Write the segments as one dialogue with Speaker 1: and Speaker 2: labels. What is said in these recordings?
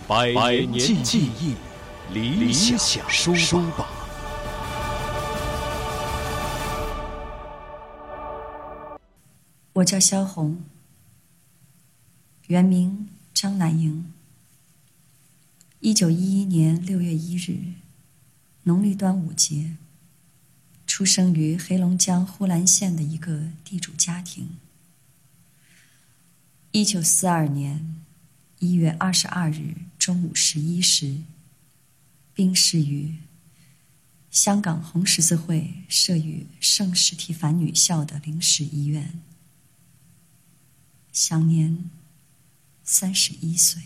Speaker 1: 百年记忆，理想书榜。
Speaker 2: 我叫萧红，原名张乃莹。1911年6月1日，农历端午节，出生于黑龙江呼兰县的一个地主家庭。1942年1月22日中午11时，病逝于香港红十字会设于圣史蒂凡女校的临时医院，享年31岁。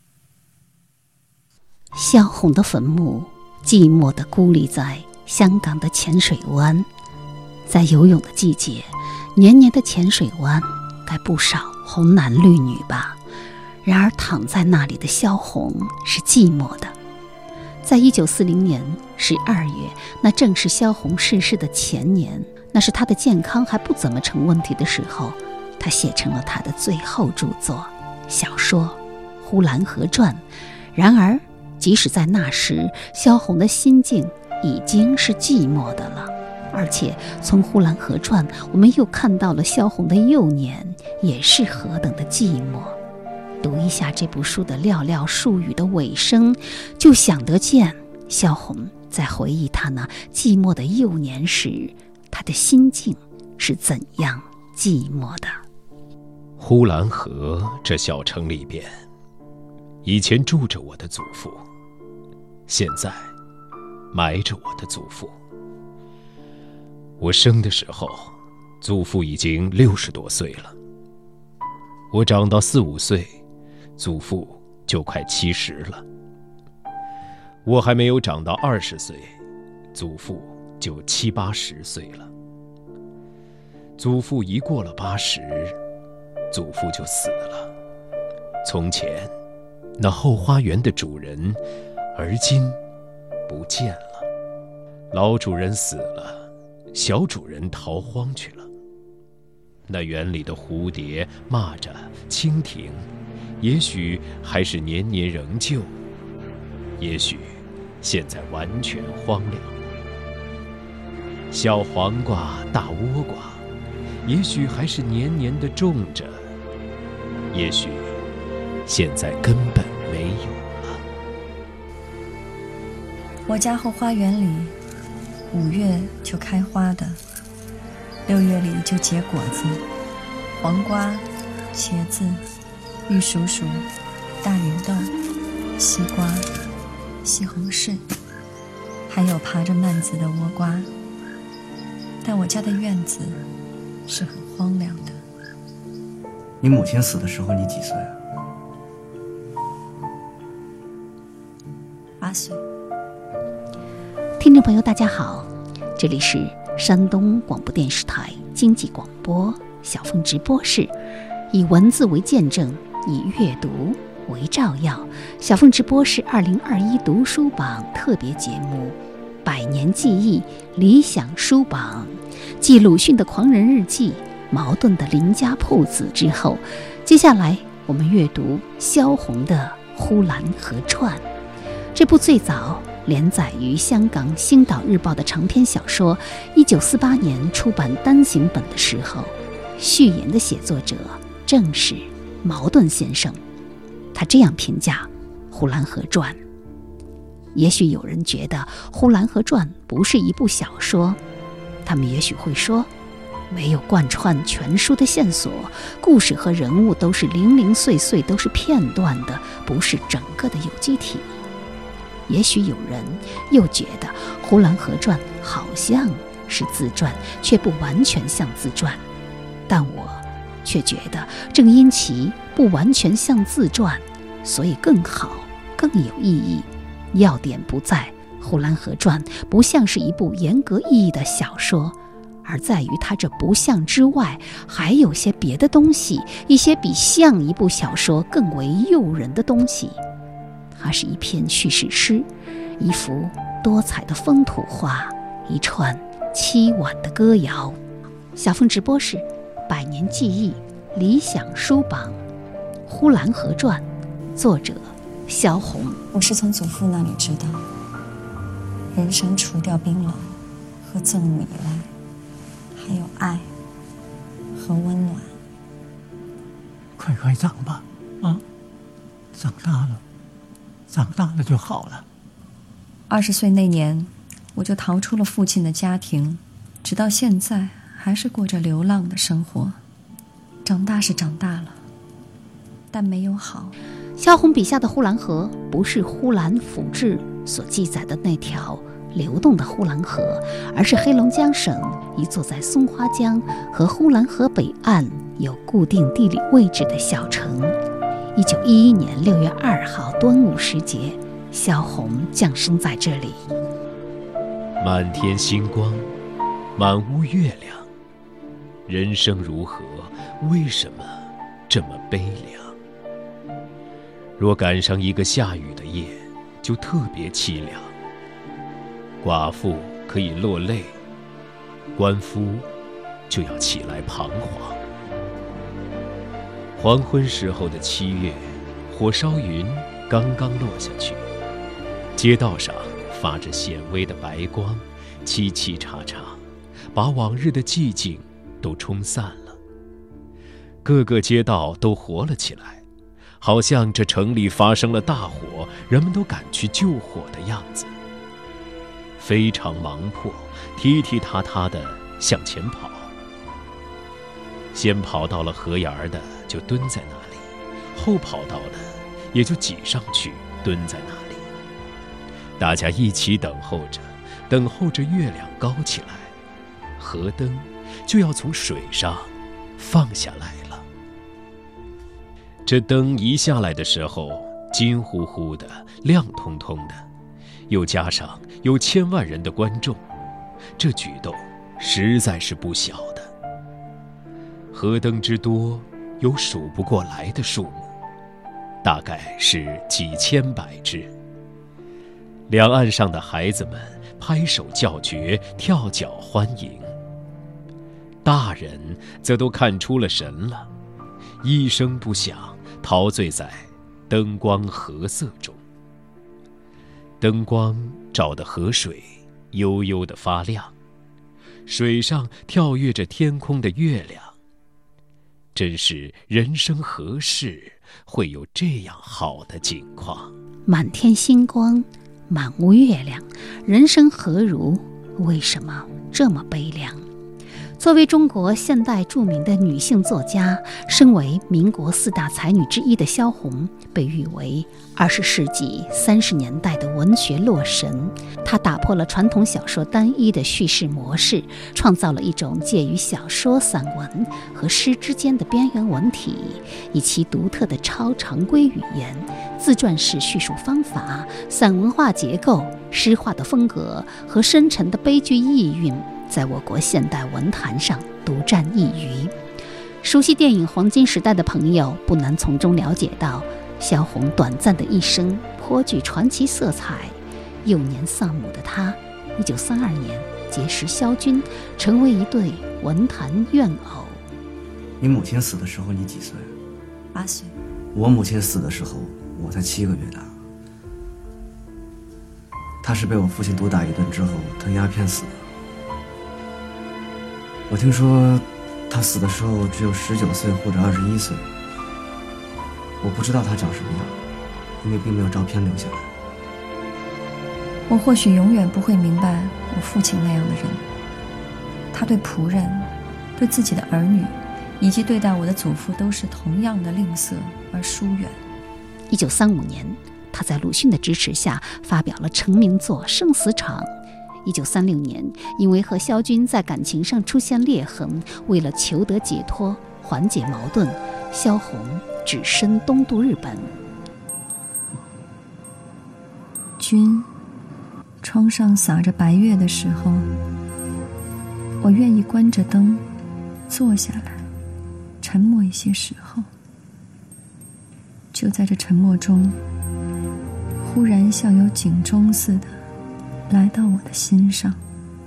Speaker 3: 萧红的坟墓寂寞地孤立在香港的浅水湾，在游泳的季节，年年的浅水湾该不少红男绿女吧。然而躺在那里的萧红是寂寞的。在1940年12月，那正是萧红逝世的前年，那是她的健康还不怎么成问题的时候，她写成了她的最后著作小说《呼兰河传》。然而即使在那时，萧红的心境已经是寂寞的了。而且从《呼兰河传》，我们又看到了萧红的幼年也是何等的寂寞。读一下这部书的寥寥数语的尾声，就想得见萧红在回忆她那寂寞的幼年时，她的心境是怎样寂寞的。
Speaker 1: 呼兰河这小城里边，以前住着我的祖父，现在埋着我的祖父。我生的时候，祖父已经60多岁了。我长到4、5岁，祖父就快70了。我还没有长到20岁，祖父就70、80岁了。祖父一过了80，祖父就死了。从前那后花园的主人，而今不见了。老主人死了，小主人逃荒去了。那园里的蝴蝶、蚂蚱、蜻蜓，也许还是年年仍旧，也许现在完全荒凉。小黄瓜、大倭瓜，也许还是年年的种着，也许现在根本没有了。
Speaker 2: 我家后花园里5月就开花的，6月里就结果子，黄瓜、茄子、玉蜀黍、大牛豆、西瓜、西红柿，还有爬着蔓子的倭瓜。但我家的院子是很荒凉的。
Speaker 4: 你母亲死的时候你几岁啊
Speaker 2: ？8岁。
Speaker 3: 听众朋友大家好，这里是山东广播电视台经济广播小凤直播室，以文字为见证，以阅读为照耀。小凤直播室2021读书榜特别节目百年记忆理想书榜，继鲁迅的狂人日记、茅盾的林家铺子之后，接下来我们阅读萧红的《呼兰河传》。这部最早连载于香港《星岛日报》的长篇小说，1948年出版单行本的时候，序言的写作者正是茅盾先生。他这样评价《呼兰河传》：也许有人觉得《呼兰河传》不是一部小说，他们也许会说，没有贯穿全书的线索，故事和人物都是零零碎碎，都是片段的，不是整个的有机体。也许有人又觉得《呼兰河传》好像是自传，却不完全像自传。但我却觉得，正因其不完全像自传，所以更好，更有意义。要点不在《呼兰河传》不像是一部严格意义的小说，而在于它这不像之外，还有些别的东西，一些比像一部小说更为诱人的东西。它是一篇叙事诗，一幅多彩的风土画，一串凄婉的歌谣。小凤直播室百年记忆理想书榜《呼兰河传》，作者萧红。
Speaker 2: 我是从祖父那里知道，人生除掉冰冷和憎恶以外，还有爱和温暖。
Speaker 5: 快长吧，啊，长大了就好了。
Speaker 2: 20岁那年，我就逃出了父亲的家庭，直到现在还是过着流浪的生活。长大是长大了，但没有好。
Speaker 3: 萧红笔下的呼兰河不是呼兰府志所记载的那条流动的呼兰河，而是黑龙江省一座在松花江和呼兰河北岸有固定地理位置的小城。1911年6月2号端午时节，萧红降生在这里。
Speaker 1: 满天星光，满屋月亮，人生如何？为什么这么悲凉？若赶上一个下雨的夜，就特别凄凉。寡妇可以落泪，官夫就要起来彷徨。黄昏时候的7月，火烧云刚刚落下去，街道上发着显微的白光，凄凄嚓嚓，把往日的寂静都冲散了。各个街道都活了起来，好像这城里发生了大火，人们都赶去救火的样子。非常忙迫，踢踢踏踏地向前跑。先跑到了河沿的就蹲在那里，后跑到的也就挤上去蹲在那里。大家一起等候着月亮高起来，河灯就要从水上放下来了。这灯一下来的时候，金乎乎的，亮通通的，又加上有1000万人的观众，这举动实在是不小的。河灯之多，有数不过来的数目，大概是几千百只。两岸上的孩子们拍手叫绝，跳脚欢迎。大人则都看出了神了，一声不响，陶醉在灯光河色中。灯光照得河水悠悠地发亮，水上跳跃着天空的月亮。真是人生何事会有这样好的景况？
Speaker 3: 满天星光，满屋月亮，人生何如？为什么这么悲凉？作为中国现代著名的女性作家，身为民国4大才女之一的萧红，被誉为20世纪30年代的文学洛神。她打破了传统小说单一的叙事模式，创造了一种介于小说、散文和诗之间的边缘文体，以其独特的超常规语言、自传式叙述方法、散文化结构、诗化的风格和深沉的悲剧意蕴，在我国现代文坛上独占一隅。熟悉电影黄金时代的朋友不难从中了解到，萧红短暂的一生颇具传奇色彩。幼年丧母的她，1932年结识萧军，成为一对文坛怨偶。
Speaker 4: 你母亲死的时候你几岁
Speaker 2: ？8岁。
Speaker 4: 我母亲死的时候我才7个月大。她是被我父亲毒打一顿之后吞鸦片死的。我听说他死的时候只有19岁或者21岁，我不知道他长什么样，因为并没有照片留下来。
Speaker 2: 我或许永远不会明白我父亲那样的人，他对仆人、对自己的儿女，以及对待我的祖父都是同样的吝啬而疏远。
Speaker 3: 1935年，他在鲁迅的支持下发表了成名作《生死场》。1936年，因为和萧军在感情上出现裂痕，为了求得解脱、缓解矛盾，萧红只身东渡日本。
Speaker 2: 君，窗上洒着白月的时候，我愿意关着灯，坐下来，沉默一些时候。就在这沉默中，忽然像有警钟似的来到我的心上。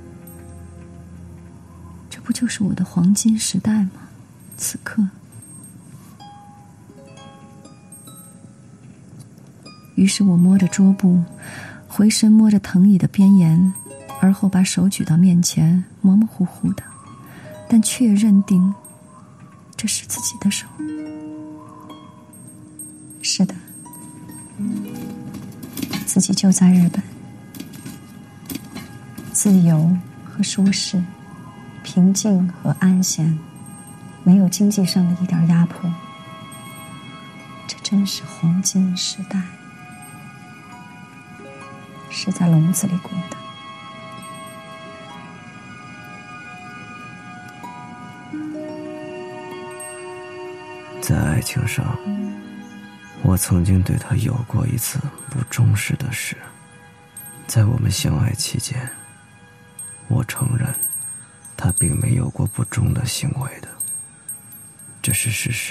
Speaker 2: 这不就是我的黄金时代吗？此刻于是我摸着桌布，回身摸着藤椅的边沿，而后把手举到面前，模模糊糊的，但却认定这是自己的手。是的，自己就在日本，自由和舒适，平静和安闲，没有经济上的一点压迫。这真是黄金时代，是在笼子里过的。
Speaker 4: 在爱情上，我曾经对他有过一次不忠实的事。在我们相爱期间，我承认他并没有过不忠的行为的，这是事实。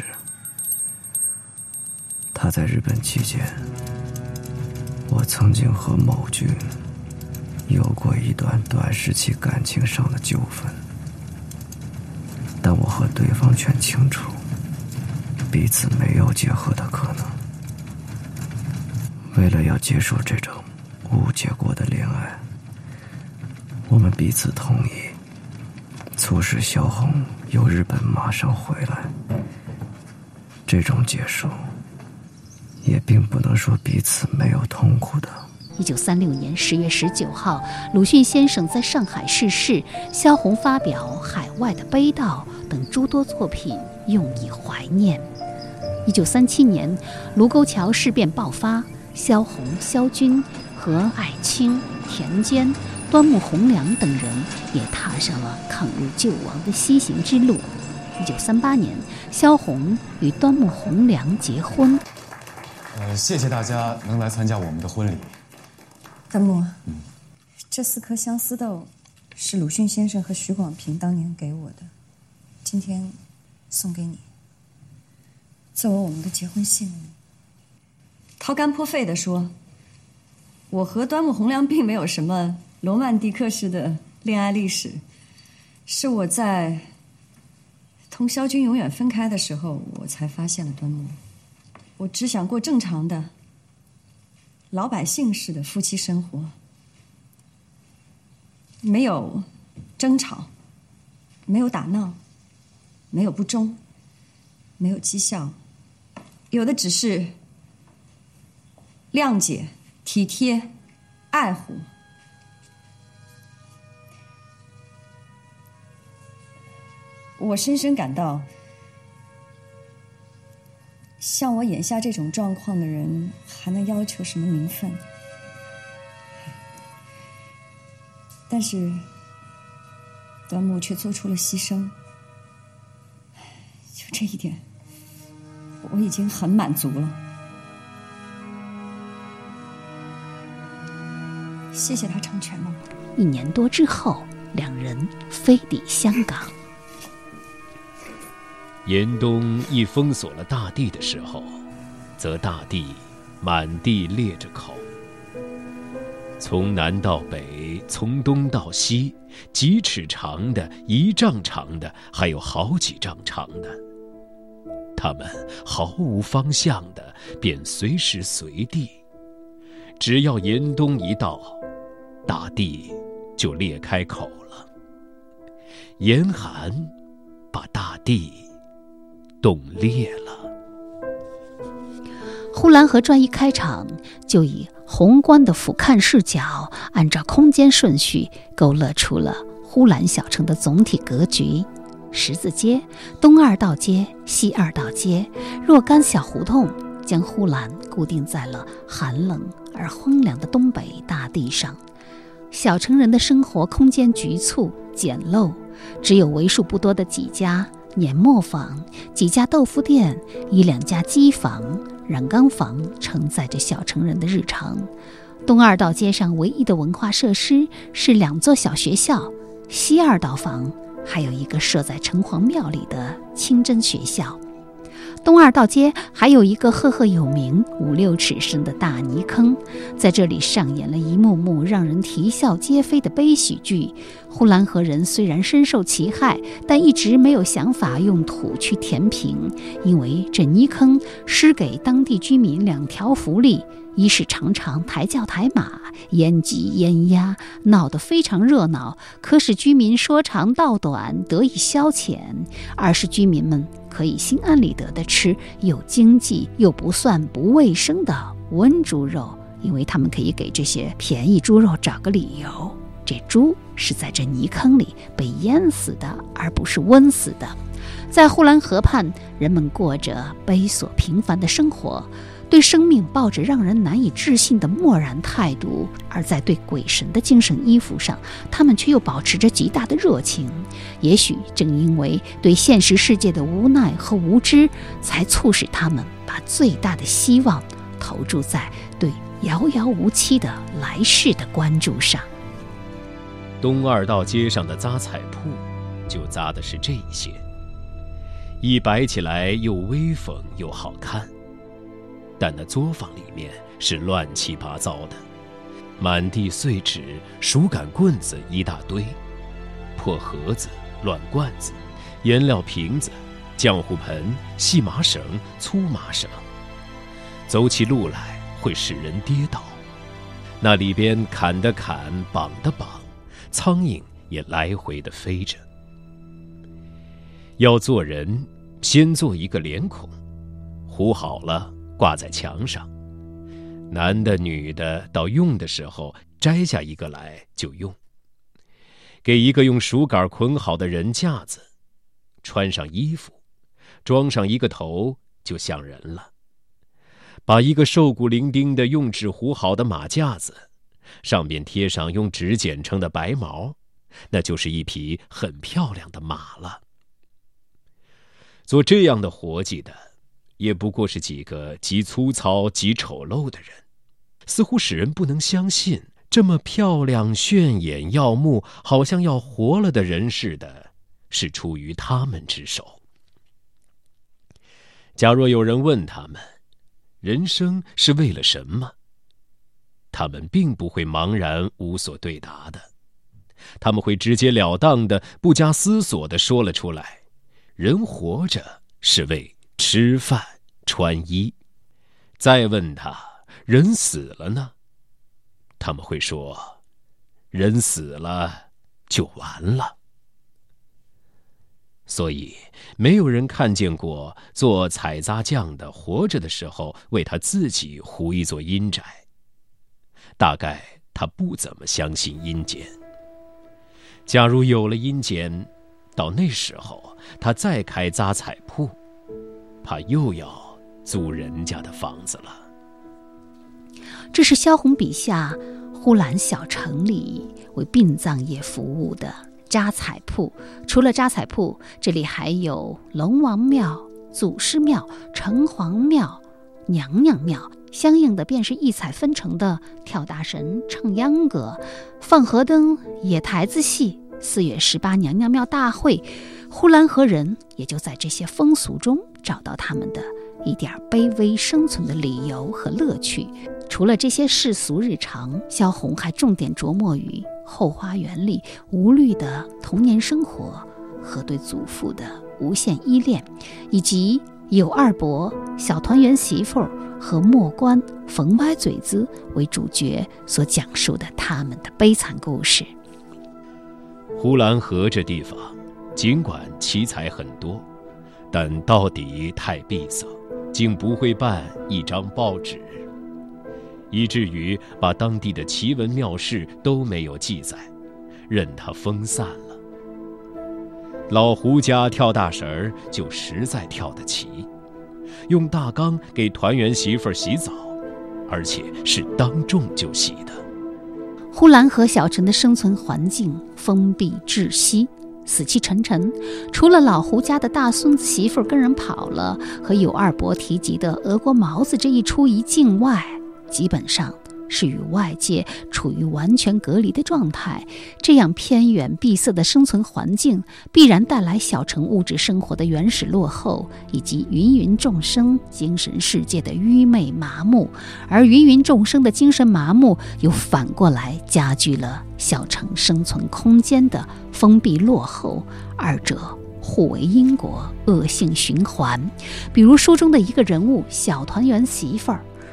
Speaker 4: 他在日本期间，我曾经和某君有过一段短时期感情上的纠纷，但我和对方全清楚，彼此没有结合的可能。为了要结束这种无结果的恋爱，我们彼此同意促使萧红由日本马上回来。这种结束也并不能说彼此没有痛苦的。
Speaker 3: 1936年10月19号，鲁迅先生在上海逝世，萧红发表《海外的悲悼》等诸多作品，用以怀念。1937年，卢沟桥事变爆发，萧红、萧军和艾青、田坚、端木蕻良等人也踏上了抗日救亡的西行之路。1938年，萧红与端木蕻良结婚。
Speaker 6: 谢谢大家能来参加我们的婚礼。
Speaker 2: 端木，这4颗相思豆是鲁迅先生和许广平当年给我的，今天送给你，作为我们的结婚信物。掏肝破肺地说，我和端木蕻良并没有什么罗曼蒂克式的恋爱历史，是我在同萧军永远分开的时候，我才发现了端木。我只想过正常的老百姓式的夫妻生活，没有争吵，没有打闹，没有不忠，没有讥笑，有的只是谅解、体贴、爱护。我深深感到，像我眼下这种状况的人，还能要求什么名分？但是端木却做出了牺牲，就这一点，我已经很满足了。谢谢他成全了我。
Speaker 3: 1年多之后，两人飞抵香港。
Speaker 1: 严冬一封锁了大地的时候，则大地满地裂着口。从南到北，从东到西，几尺长的、1丈长的，还有好几丈长的，它们毫无方向的，便随时随地。只要严冬一到，大地就裂开口了。严寒把大地冻裂了。
Speaker 3: 呼兰河传一开场就以宏观的俯瞰视角，按照空间顺序勾勒出了呼兰小城的总体格局。十字街、东2道街、西2道街若干小胡同，将呼兰固定在了寒冷而荒凉的东北大地上。小城人的生活空间局促简陋，只有为数不多的几家碾磨坊、几家豆腐店、1-2家机房、染缸房承载着小城人的日常。东2道街上唯一的文化设施是2座小学校，西2道房还有一个设在城隍庙里的清真学校。东2道街还有一个赫赫有名5-6尺深的大泥坑，在这里上演了一幕幕让人啼笑皆非的悲喜剧。呼兰河人虽然深受其害，但一直没有想法用土去填平，因为这泥坑施给当地居民2条福利： 一是常常抬轿抬马，淹鸡淹鸭，闹得非常热闹，可使居民说长道短，得以消遣；二是居民们可以心安理得地吃又经济又不算不卫生的温猪肉，因为他们可以给这些便宜猪肉找个理由，这猪是在这泥坑里被淹死的，而不是温死的。在呼兰河畔，人们过着悲索平凡的生活，对生命抱着让人难以置信的漠然态度，而在对鬼神的精神依附上，他们却又保持着极大的热情。也许正因为对现实世界的无奈和无知，才促使他们把最大的希望投注在对遥遥无期的来世的关注上。
Speaker 1: 东二道街上的扎彩铺就扎的是这一些，一摆起来又威风又好看，但那作坊里面是乱七八糟的，满地碎纸、薯杆棍子一大堆，破盒子、乱罐子、颜料瓶子、浆糊盆、细麻绳、粗麻绳，走起路来会使人跌倒。那里边砍的砍，绑的绑，苍蝇也来回的飞着。要做人，先做一个脸孔，糊好了挂在墙上，男的女的到用的时候摘下一个来就用。给一个用薯杆捆好的人架子，穿上衣服，装上一个头就像人了。把一个瘦骨伶仃的用纸糊好的马架子，上边贴上用纸剪成的白毛，那就是一匹很漂亮的马了。做这样的活计的，也不过是几个极粗糙极丑陋的人，似乎使人不能相信，这么漂亮炫眼耀目，好像要活了的人似的，是出于他们之手。假若有人问他们，人生是为了什么？他们并不会茫然无所对答的，他们会直截了当的、不加思索的说了出来：人活着是为吃饭穿衣。再问他，人死了呢？他们会说，人死了就完了。所以没有人看见过做采杂匠的活着的时候为他自己糊一座阴宅，大概他不怎么相信阴间。假如有了阴间，到那时候他再开杂彩铺，怕又要租人家的房子了。
Speaker 3: 这是萧红笔下呼兰小城里为殡葬业服务的扎彩铺。除了扎彩铺，这里还有龙王庙、祖师庙、城隍庙、娘娘庙，相应的便是异彩纷呈的跳大神、唱秧歌、放河灯、野台子戏、4月18娘娘庙大会。呼兰河人也就在这些风俗中找到他们的一点卑微生存的理由和乐趣。除了这些世俗日常，萧红还重点琢磨于后花园里无虑的童年生活和对祖父的无限依恋，以及有二伯、小团圆媳妇和末官冯歪嘴子为主角所讲述的他们的悲惨故事。
Speaker 1: 呼兰河这地方尽管奇才很多，但到底太闭塞，竟不会办一张报纸，以至于把当地的奇闻妙事都没有记载，任它分散了。老胡家跳大神儿就实在跳得奇，用大缸给团圆媳妇洗澡，而且是当众就洗的。
Speaker 3: 呼兰河小城的生存环境封闭窒息，死气沉沉，除了老胡家的大孙子媳妇跟人跑了，和有二伯提及的俄国毛子这一出一境外，基本上是与外界处于完全隔离的状态。这样偏远闭塞的生存环境，必然带来小城物质生活的原始落后，以及芸芸众生精神世界的愚昧麻木，而芸芸众生的精神麻木又反过来加剧了小城生存空间的封闭落后，二者互为因果，恶性循环。比如书中的一个人物小团圆媳妇儿，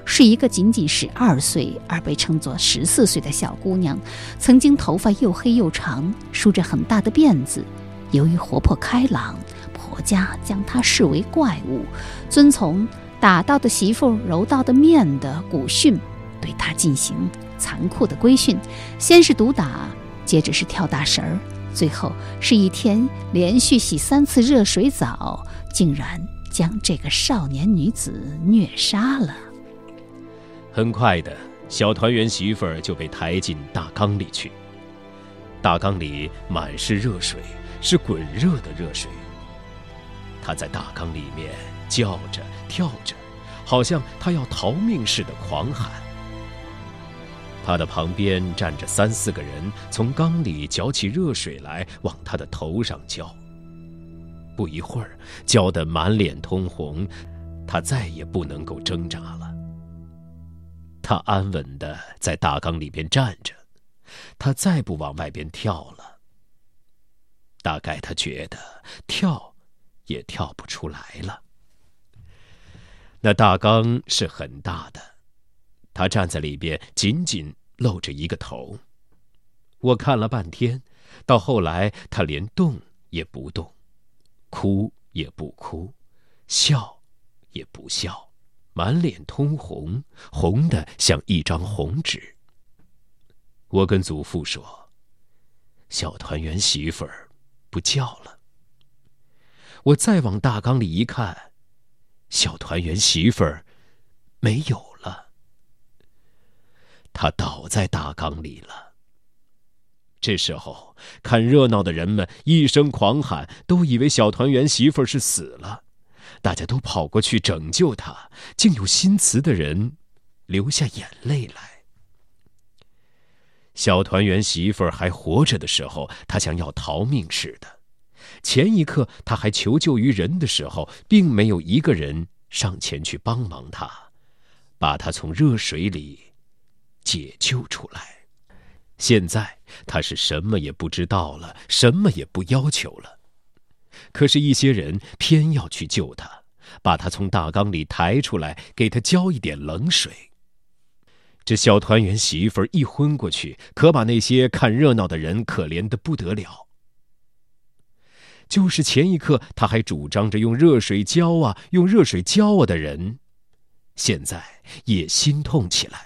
Speaker 3: 是一个仅仅12岁而被称作14岁的小姑娘，曾经头发又黑又长，梳着很大的辫子。由于活泼开朗，婆家将她视为怪物，遵从打到的媳妇揉到的面的古训，对她进行残酷的规训。先是毒打，接着是跳大绳儿，最后是一天连续洗3次热水澡，竟然将这个少年女子虐杀了。
Speaker 1: 很快的，小团圆媳妇儿就被抬进大缸里去。大缸里满是热水，是滚热的热水。她在大缸里面叫着跳着，好像她要逃命似的狂喊。她的旁边站着3、4个人，从缸里搅起热水来，往她的头上浇。不一会儿，浇得满脸通红，她再也不能够挣扎了。她安稳地在大缸里边站着，她再不往外边跳了。大概她觉得跳也跳不出来了。那大缸是很大的，她站在里边，仅仅露着一个头。我看了半天，到后来她连动也不动，哭也不哭，笑也不笑，满脸通红，红得像一张红纸。我跟祖父说，小团圆媳妇儿不叫了。我再往大缸里一看，小团圆媳妇儿没有了，她倒在大缸里了。这时候看热闹的人们一声狂喊，都以为小团圆媳妇儿是死了，大家都跑过去拯救她，竟有心慈的人流下眼泪来。小团圆媳妇儿还活着的时候，她像要逃命似的。前一刻她还求救于人的时候，并没有一个人上前去帮忙她，把她从热水里解救出来。现在她是什么也不知道了，什么也不要求了。可是一些人偏要去救她，把她从大缸里抬出来，给她浇一点冷水。这小团圆媳妇儿一昏过去，可把那些看热闹的人可怜得不得了。就是前一刻他还主张着用热水浇啊，用热水浇啊的人，现在也心痛起来。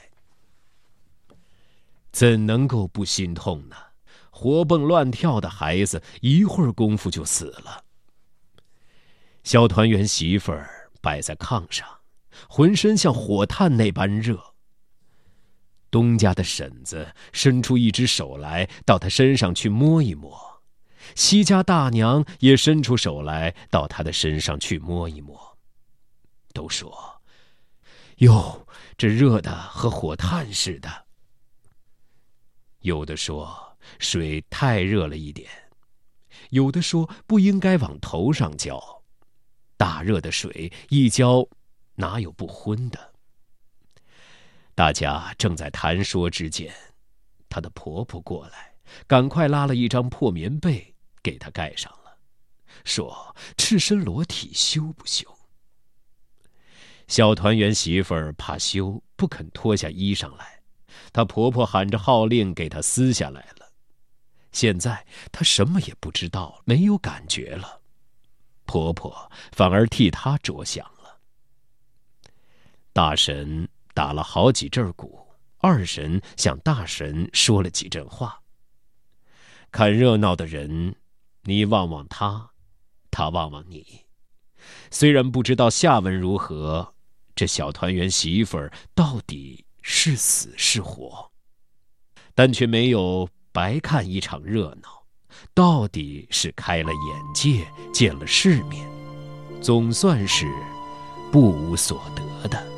Speaker 1: 怎能够不心痛呢？活蹦乱跳的孩子，一会儿功夫就死了。小团圆媳妇儿摆在炕上，浑身像火炭那般热。东家的婶子伸出一只手来，到他身上去摸一摸；西家大娘也伸出手来，到他的身上去摸一摸。都说：“哟，这热的和火炭似的。”有的说水太热了一点，有的说不应该往头上浇，大热的水一浇，哪有不昏的？大家正在谈说之间，她的婆婆过来，赶快拉了一张破棉被给她盖上了，说赤身裸体羞不羞？小团圆媳妇儿怕羞，不肯脱下衣裳来，她婆婆喊着号令给她撕下来了。现在她什么也不知道，没有感觉了，婆婆反而替她着想了。大神打了好几阵鼓，二神向大神说了几阵话。看热闹的人，你望望他，他望望你。虽然不知道下文如何，这小团圆媳妇儿到底是死是活，但却没有白看一场热闹，到底是开了眼界，见了世面，总算是不无所得的。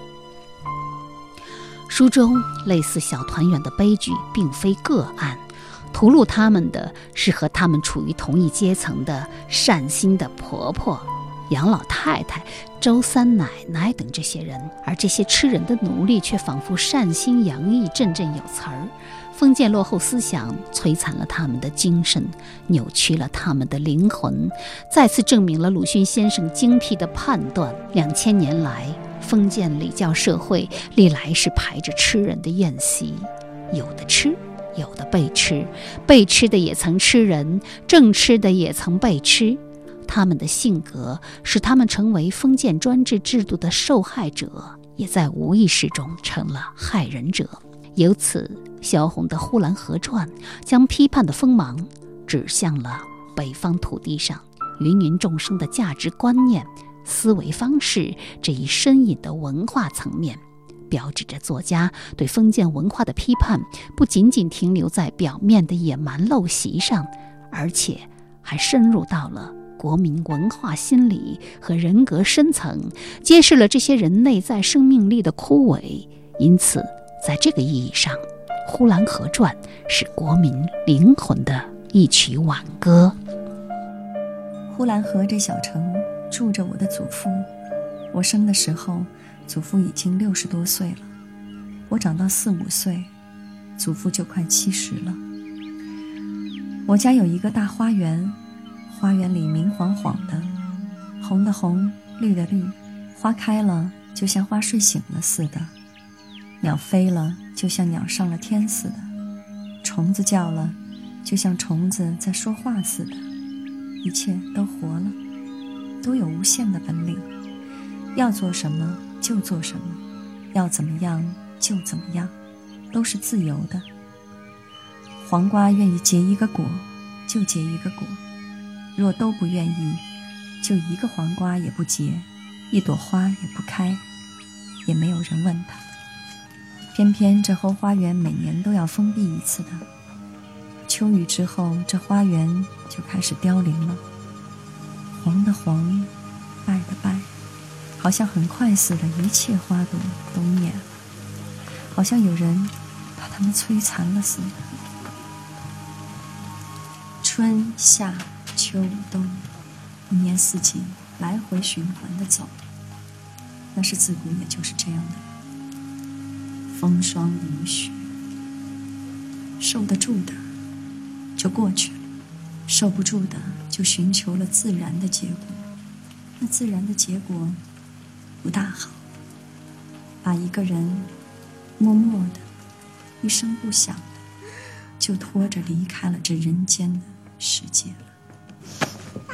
Speaker 3: 书中类似小团圆的悲剧并非个案，屠戮他们的是和他们处于同一阶层的善心的婆婆、杨老太太、周三奶奶等这些人，而这些吃人的奴隶却仿佛善心洋溢，振振有词儿。封建落后思想摧残了他们的精神，扭曲了他们的灵魂，再次证明了鲁迅先生精辟的判断：2000年来封建礼教社会历来是排着吃人的宴席，有的吃，有的被吃，被吃的也曾吃人，正吃的也曾被吃。他们的性格使他们成为封建专制制度的受害者，也在无意识中成了害人者。由此，萧红的《呼兰河传》将批判的锋芒指向了北方土地上芸芸众生的价值观念、思维方式这一深隐的文化层面，标志着作家对封建文化的批判不仅仅停留在表面的野蛮陋习上，而且还深入到了国民文化心理和人格深层，揭示了这些人内在生命力的枯萎。因此，在这个意义上，《呼兰河传》是国民灵魂的一曲挽歌。
Speaker 2: 呼兰河这小城住着我的祖父，我生的时候，祖父已经60多岁了。我长到4、5岁，祖父就快70了。我家有一个大花园，花园里明晃晃的，红的红，绿的绿，花开了就像花睡醒了似的，鸟飞了就像鸟上了天似的，虫子叫了就像虫子在说话似的，一切都活了，都有无限的本领，要做什么就做什么，要怎么样就怎么样，都是自由的。黄瓜愿意结一个果就结一个果，若都不愿意，就一个黄瓜也不结，一朵花也不开，也没有人问他。偏偏这后花园每年都要封闭一次的，秋雨之后，这花园就开始凋零了，黄的黄，败的败，好像很快似的，一切花朵都灭了，好像有人把它们摧残了似的。春夏秋冬，一年四季来回循环的走，那是自古也就是这样的。风霜雨雪，受得住的就过去了，受不住的就寻求了自然的结果。那自然的结果不大好，把一个人默默的一声不响的就拖着离开了这人间的世界了。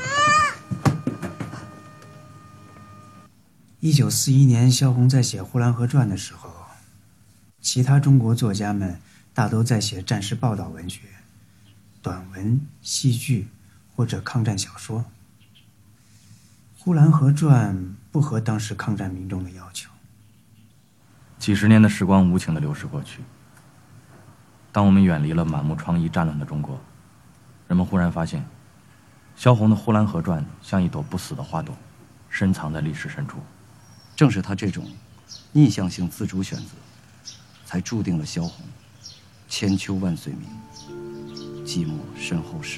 Speaker 7: 1941年，萧红在写《呼兰河传》的时候，其他中国作家们大都在写战时报道文学、短文、戏剧或者抗战小说。《呼兰河传》不合当时抗战民众的要求。
Speaker 8: 几十年的时光无情地流逝过去，当我们远离了满目疮痍战乱的中国，人们忽然发现，萧红的《呼兰河传》像一朵不死的花朵，深藏在历史深处。
Speaker 9: 正是他这种逆向性自主选择，才注定了萧红千秋万岁名，寂寞身后事。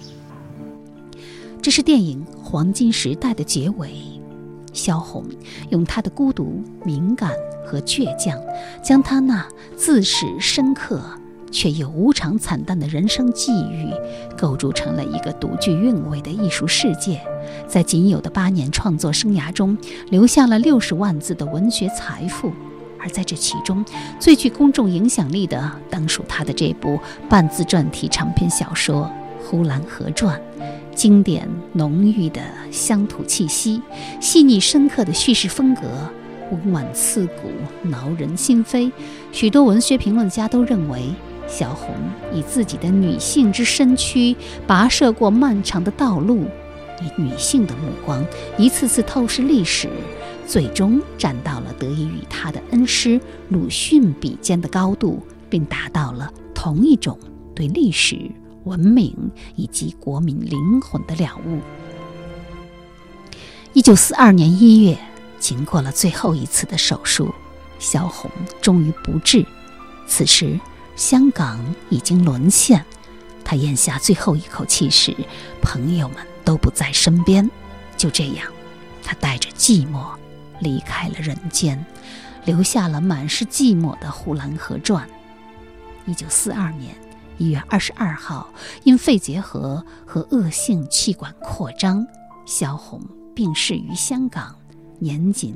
Speaker 3: 这是电影《黄金时代》的结尾，萧红用她的孤独、敏感和倔强，将她那自始深刻却又无常惨淡的人生际遇构筑成了一个独具韵味的艺术世界，在仅有的8年创作生涯中留下了60万字的文学财富。而在这其中，最具公众影响力的当属他的这部半自传体长篇小说《呼兰河传》。经典浓郁的乡土气息，细腻深刻的叙事风格，温婉刺骨，挠人心扉。许多文学评论家都认为，萧红以自己的女性之身躯跋涉过漫长的道路，以女性的目光一次次透视历史，最终站到了得以与他的恩师鲁迅比肩的高度，并达到了同一种对历史、文明以及国民灵魂的了悟。1942年1月，经过了最后一次的手术，萧红终于不治。此时香港已经沦陷，他咽下最后一口气时，朋友们都不在身边。就这样，他带着寂寞离开了人间，留下了满是寂寞的《呼兰河传》。1942年1月22号，因肺结核和恶性气管扩张，萧红病逝于香港，年仅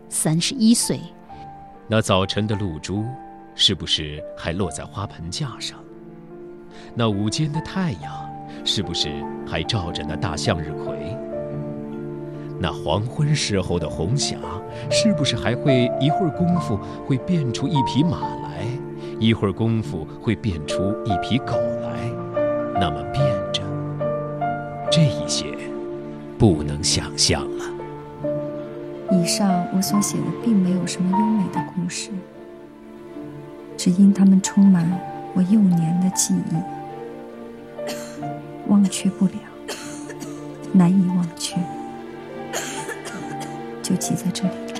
Speaker 3: 31岁。
Speaker 1: 那早晨的露珠是不是还落在花盆架上？那午间的太阳是不是还照着那大向日葵？那黄昏时候的红霞是不是还会一会儿功夫会变出一匹马来，一会儿功夫会变出一匹狗来？那么变着，这一些不能想象了。
Speaker 2: 以上我所写的并没有什么优美的故事，只因它们充满我幼年的记忆，忘却不了，难以忘却，就记在这里了。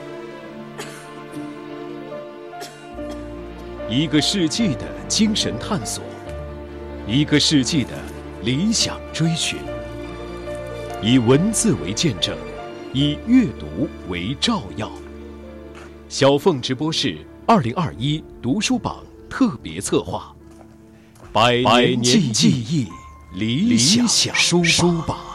Speaker 1: 一个世纪的精神探索，一个世纪的理想追寻，以文字为见证，以阅读为照耀。小凤直播室2021读书榜特别策划，百年记忆理想书榜。